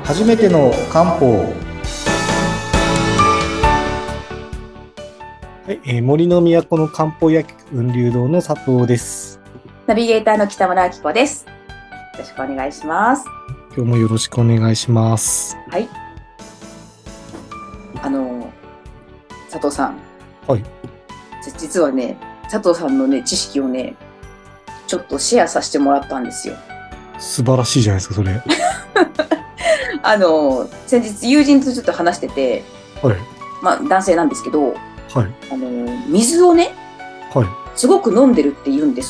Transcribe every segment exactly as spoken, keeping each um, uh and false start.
初めての漢方。はい、えー、森の都の漢方薬局雲流堂の佐藤です。 ナビゲーターの北村明子です。よろしくお願いします。 今日もよろしくお願いします。 はい。あの佐藤さん。 はい。 実はね、佐藤さんのね知識をね、ちょっとシェアさせてもらったんですよ。 素晴らしいじゃないですか、それ。 あの先日友人とちょっと話してて、 はい。 まあ男性なんですけど、はい。あの水をね、 はい。 すごく飲んでるって言うんです。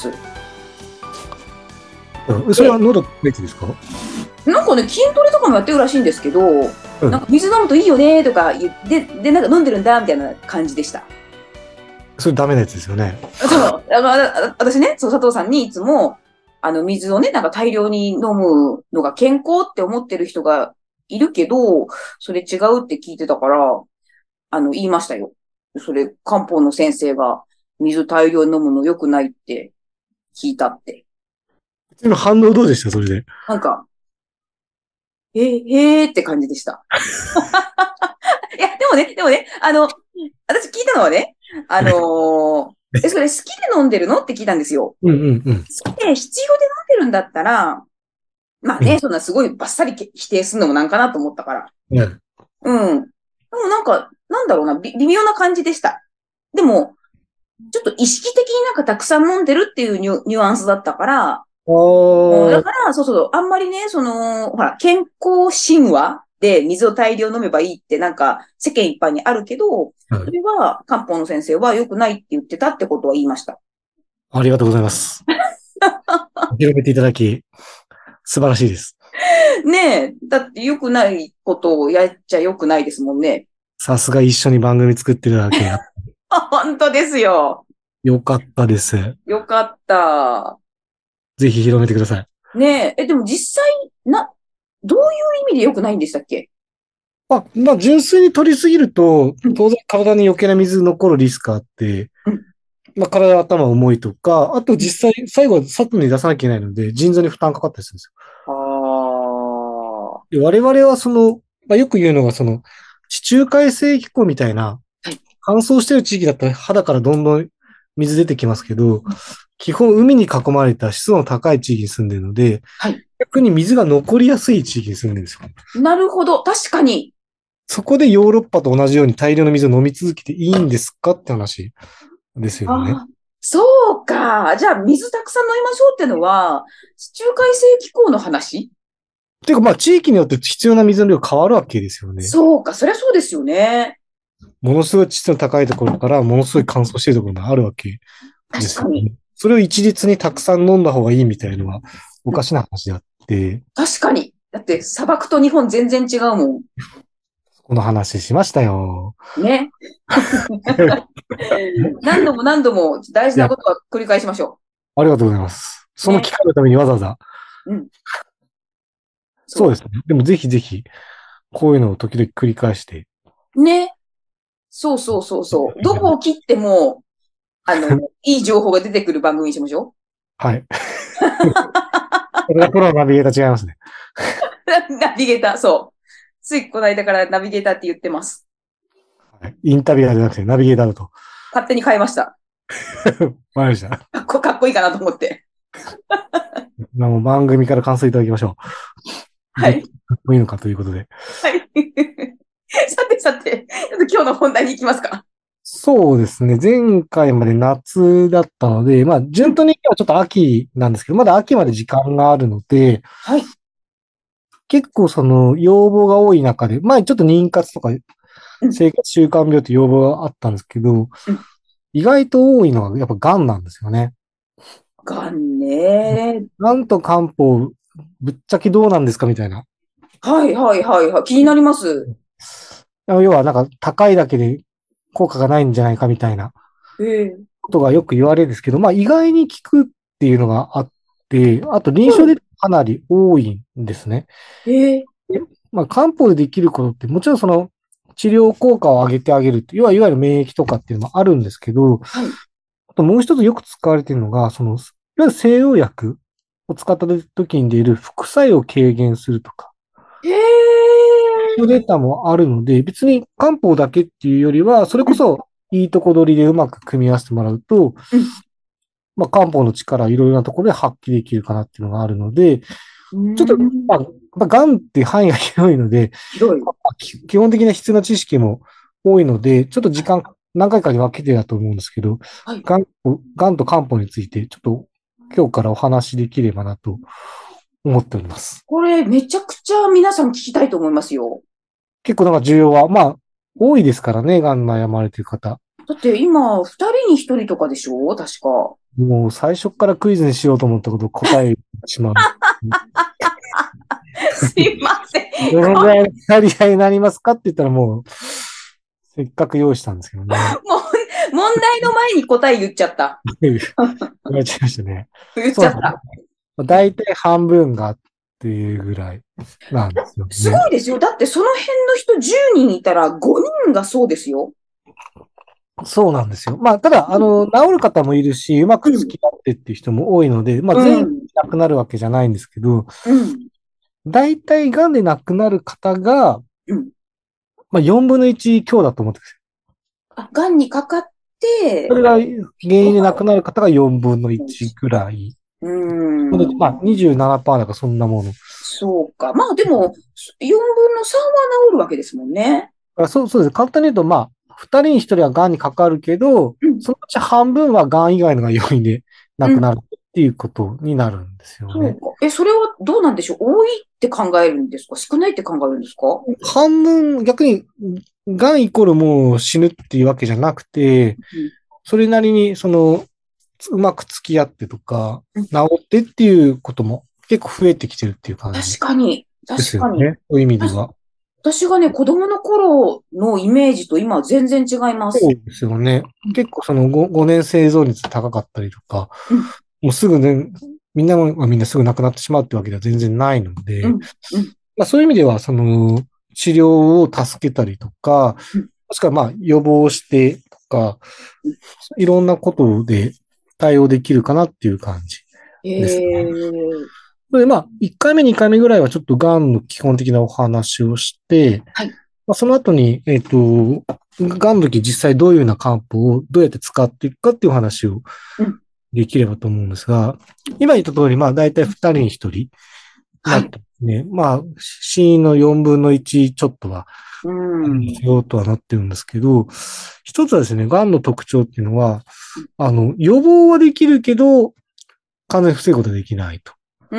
それは喉のやつですか？ なんかね、筋トレとかもやってるらしいんですけど、うん、なんか水飲むといいよねとか言って、で、なんか飲んでるんだみたいな感じでした。 それダメなやつですよね。 そう。あの、私ね、そう、佐藤さんにいつも、あの、水をね、なんか大量に飲むのが健康って思ってる人がいるけど、それ違うって聞いてたから、あの、言いましたよ。それ、漢方の先生が水大量に飲むの良くないって聞いたって。 うちの反応どうでした？それで。 なんか、えー、へーって感じでした。いや、でもね、でもね、あの、私聞いたのはね、あのー、え、それ好きで飲んでるのって聞いたんですよ。 うんうんうん。 好きで必要で飲んでるんだったら、まあね、そんなすごいバッサリ否定するのもなんかなと思ったから。 うん。 うん。でもなんか、なんだろうな、微妙な感じでした。でも、ちょっと意識的になんかたくさん飲んでるっていうニュ、ニュアンスだったから、うん、だああ。 から、そうそう、あんまりね、その、ほら、健康神話で水を大量飲めばいいってなんか世間一般にあるけど、それは漢方の先生は良くないって言ってたってことは言いました。 ありがとうございます。広めていただき、素晴らしいです。 ねえ、だって良くないことをやっちゃ良くないですもんね。 さすが一緒に番組作ってるだけあ、 本当ですよ。 よかったです。 よかった。 ぜひ広めてください。 ねえ、え、でも実際、な、どういう意味で良くないんでしたっけ？ あ、まあ、純粋に取りすぎると、 うん、 当然体に余計な水残るリスクがあって、 うん。 まあ、体、頭重いとか、あと実際、最後は外に出さなきゃいけないので、腎臓に負担かかったりするんですああ。 よ。で我々はその、まあ、よく言うのが、その、地中海性気候みたいな、 はい。 乾燥してる地域だったら肌からどんどん水出てきますけど、基本海に囲まれた湿度の高い地域に住んでるので、 はい。 逆に水が残りやすい地域に住んでるんですよ。 なるほど。確かに。 そこでヨーロッパと同じように大量の水を飲み続けていいんですかって話ですよね。 ああ。そうか。じゃあ、水たくさん飲みましょうってのは、地中海性気候の話？ ていうかまあ地域によって必要な水の量変わるわけですよね。 そうか。そりゃそうですよね。 ものすごい湿度の高いところからものすごい乾燥しているところがあるわけですよね。 確かに。 それを一律にたくさん飲んだ方がいいみたいなのはおかしな話であって、 確かに。だって、砂漠と日本全然違うもん。 この話しましたよ。 ね。何度も何度も大事いや、 なことは繰り返しましょありがとうございます。 う。ね。 その機会のためにわざわざ。 うん。そそうですね。でもぜひぜひ、こういうのを時々繰り返して。 う。ね。そうそうそうそう。どこを切っても、あの、いい情報が出てくる番組にしましょはい。これがプロのナビゲーター違いますね。 う。ナビゲーター、そう。ついこの間からナビゲーターって言ってます。 はい、インタビュアーじゃなくてナビゲーターだと。 勝手に変えました。 わかりました。 かっこ、かっこいいかなと思って。 もう番組から感想いただきましょう。どっちはい。 かっこいいのかということで。 はい。さてさて、今日の本題に行きますか。 そうですね。前回まで夏だったので、まあ、 うん。 順当に今はちょっと秋なんですけど、まだ秋まで時間があるので、 はい。 結構その要望が多い中で、まあちょっと妊活とかうん。 生活習慣病という要望があったんですけど、 うん。 意外と多いのはやっぱ癌なんですよね。 がんね。 癌と漢方、ぶっちゃけどうなんですかみたいな。 はいはいはいはい。気になります。 要はなんか高いだけで効果がないんじゃないかみたいなええ。 ことがよく言われるんですけど、まあ意外に効くっていうのがあって、あと臨床はい。 でかなり多いんですね。 ええ。 でまあ漢方でできることってもちろんその治療効果を上げてあげるって、要はいわゆる免疫とかっていうのもあるんですけど、 はい。 あともう一つよく使われているのが、その、いわゆる西洋薬を使った時に出る副作用を軽減するとか。 へえ。 のデータもあるので、別に漢方だけっていうよりは、それこそいいとこ取りでうまく組み合わせてもらうと、 うん。 まあ、漢方の力いろいろなところで発揮できるかなっていうのがあるので、 うーちょっと、まあ、 ん。 まあ、がんって範囲が広いので、 広い。 まあき基本的な必要な知識も多いので、ちょっと時間何回かに分けてだと思うんですけど、 はい。 がん、がんと漢方についてちょっと今日からお話しできればなと思っております。 これ、めちゃくちゃ皆さん聞きたいと思いますよ。 結構なんか需要は、まあ、多いですからね、がん悩まれている方。 だって今、二人に一人とかでしょ確か。 もう最初からクイズにしようと思ったこと答えてしまう。 すいません。 どのぐらいのやり合いになりますかって言ったらもう、せっかく用意したんですけどね。 もう、問題の前に答え言っちゃった。 言われちゃいましたね。 言っそうなんですよ。 ちゃった。 だいたい半分がっていうぐらいなんですよすごね。 いですよ。だってその辺の人じゅうにんいたらごにんがそうですよ。 そうなんですよ。まあ、ただ、あの、治る方もいるし、うまくうん。 付き合ってっていう人も多いので、まあ、 う全員ん。 亡くなるわけじゃないんですけど、 うん。 だいたい癌で亡くなる方が、 うん。 まあ、よんぶんのいち強だと思ってください。 あ、がんにかかって、 それが原因で亡くなる方がよんぶんのいちぐらい。 うまあ、 ん。 にじゅうななパーセントだからそんなもの。 そうか。まあでも、よんぶんのさんは治るわけですもんね。 あそう、そうです。簡単に言うと、まあ、ふたりにひとりは癌にかかるけど、 うん。 そのうち半分は癌以外のが要因で亡うん。 くなるっていうことになるんですよね。 そうか。え、それはどうなんでしょう？多いって考えるんですか？少ないって考えるんですか？ 半分、逆に、癌イコールもう死ぬっていうわけじゃなくて、 うん。 それなりに、その、うまく付き合ってとか、 うん。 治ってっていうことも結構増えてきてるっていう感じ確かに。 です確かに。 よね。そういう意味でたは。 私がね、子供の頃のイメージと今は全然違います。 そうですよね。 うん。 結構その ご, 年生存率高かったりとか、 うん。 もうすぐね、みんなもみんなすぐ亡くなってしまうってわけでは全然ないので、 うん。うん。 まあそういう意味では、その治療を助けたりとか、 うん。 もしくはまあ予防してとか、 うん。 いろんなことで対応できるかなっていう感じですね。 ええ。 それでまあ、いっかいめ、にかいめぐらいはちょっとがんの基本的なお話をして、 はい。 まあ、その後に、えっと、がんの時実際どういうような漢方をどうやって使っていくかっていう話をうん。 できればと思うんですが、今言った通り、まあ、だいたいふたりにひとりになはい。 ってますね。まあ、死因のよんぶんのいちちちょっとは、 うん。 必要とはなってるんですけど、一つはですね、がんの特徴っていうのは、あの、予防はできるけど、完全に防ぐことはできないと。 うん。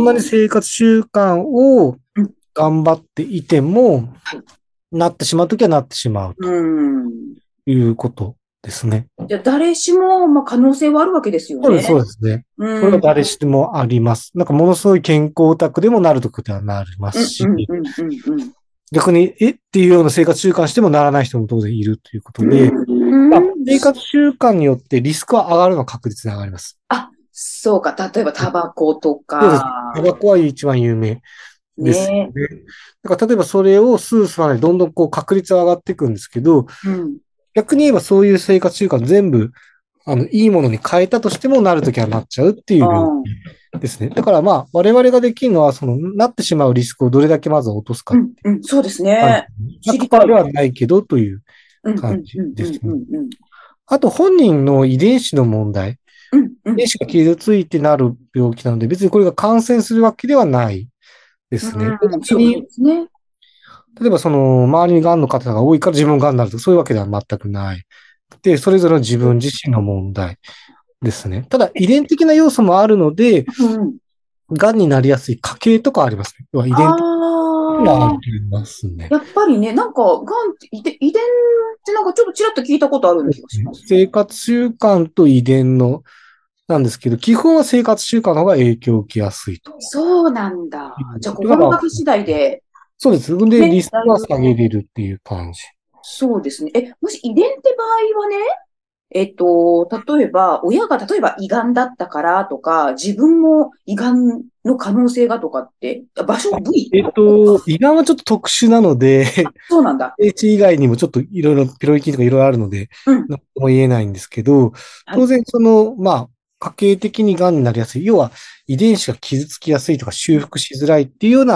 どんなに生活習慣をうん。 頑張っていても、 はい。 なってしまうときはなってしまううとん。 いうことですね。 じゃあ、誰しも、まあ、可能性はあるわけですよそうです、そうね。 ですね。これうん。 は誰しもあります。なんかものすごい健康オタクでもなるときはなりまうん、うすし、 ん、うん、うん、うん。 逆に、えっていうような生活習慣してもならない人も当然いるということで、まあ、 うん。 生活習慣によってリスクは上がるのは確実に上がります。 あ、そうか。例えば、タバコとそうです。タか、 バコは一番有名ですよね。 ね。だから例えばそれをスースーでどんどんこう確率は上がっていくんですけど、 うん。 逆に言えばそういう生活習慣全部、あの、いいものに変えたとしてもなるときはなっちゃうっていう病ああ。 気ですね。だからまあ、我々ができるのは、その、なってしまうリスクをどれだけまず落とすか。 うん、うん、そうですはい。 ね。知りたひゃくパーセントい。 ではないけどといううん、うん、 感じうん、うん、うですね。 ん、うん。 あと、本人の遺伝子の問題。 うん、うん。 遺伝子が傷ついてなる病気なので、別にこれが感染するわけではないですね。 うん、そう、そう逆に、 ですね。 例えばその、周りに癌の方が多いから自分が癌になるとか、そういうわけでは全くない。で、それぞれの自分自身の問題ですね。ただ、遺伝的な要素もあるので、 うん。 癌になりやすい家系とかありますね。要は遺伝的なのがあああ、 りますね。 やっぱりね、なんか、がんって遺伝、遺伝ってなんかちょっとちらっと聞いたことあるような気がします。 生活習慣と遺伝の、なんですけど、基本は生活習慣の方が影響を受けやすいとそうなんだ。 いうじゃあ、 ことが、 心がけ次第で、 そうです。で、リね、 スクはだいぶ、 下げれるっていう感じ。 そうですね。え、もし遺伝って場合はね、えっと、例えば、親が例えば胃がんだったからとか、自分も胃がんの可能性がとかって、あ場所、部位えっと、胃がんはちょっと特殊なので、 そうなんだ。 H 以外にもちょっといろいろピロリ菌とかいろいろあるので、 うん。 なんとも言えないんですけど、 はい。 当然その、まあ、家系的に癌になりやすい。要は遺伝子が傷つきやすいとか修復しづらいっていうような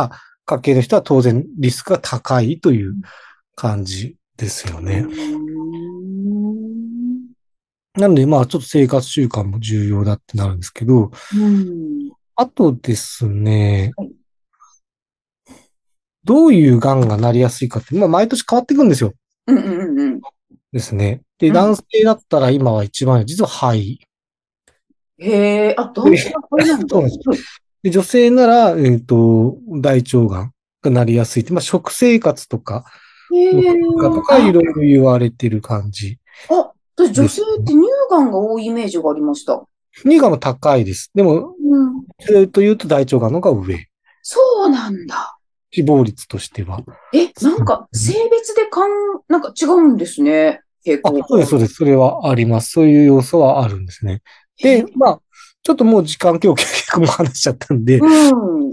家系の人は当然リスクが高いという感じですようーね。 ん。 なので、まあ、ちょっと生活習慣も重要だってなるんですけど、 うん。 あとですね、 はい。 どういう癌がなりやすいかって、まあ、毎年変わっていくんですよ。 うんうんうんうん。 ですね。で、 うん。 男性だったら今は一番、実は肺。 へえ、あ、男で、 性はこれなんだ。はそうなんです。 い。 で、女性なら、えっと、大腸がんがなりやすいって。まあ、食生活とかへの変化とえ、 かいあ、 ろいろ言われてる感じあ、私女性です。 って乳がんが多いイメージがありました。 にがんも高いです。でも、 うん。 ずっと言うと大腸がんの方が上。 そうなんだ。 死亡率としては。 え、なんうんか、性別でかん、なんか違うんですね。傾あ、 向そうです、 が。 そうです。それはあります。そういう要素はあるんですね。 へえ、 で、まあ、ちょっともう時間今日結構もう話しちゃったんで、 うん。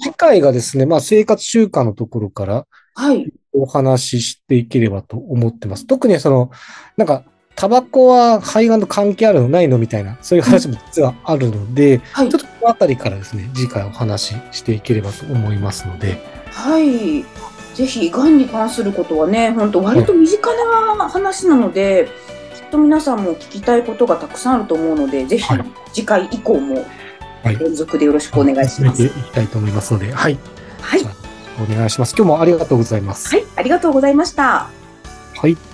次回がですね、まあ生活習慣のところからはい。 お話ししていければと思ってます。特にその、なんか、タバコは肺がんと関係あるのないのみたいな、そういううん。 話も実はあるので、 はい。 ちょっとこのあたりからですね、次回お話ししていければと思いますので、 はい。ぜひ、がんに関することはね、本当割とはい。 身近な話なので、きっと皆さんも聞きたいことがたくさんあると思うので、ぜひ、 はい。 次回以降もはい。 連続でよろしくお願いし進めています。 きたいと思いますので、はい。 はい。 じゃあ、お願いします。今日もありがとうございます。 はい。ありがとうございました。 はい。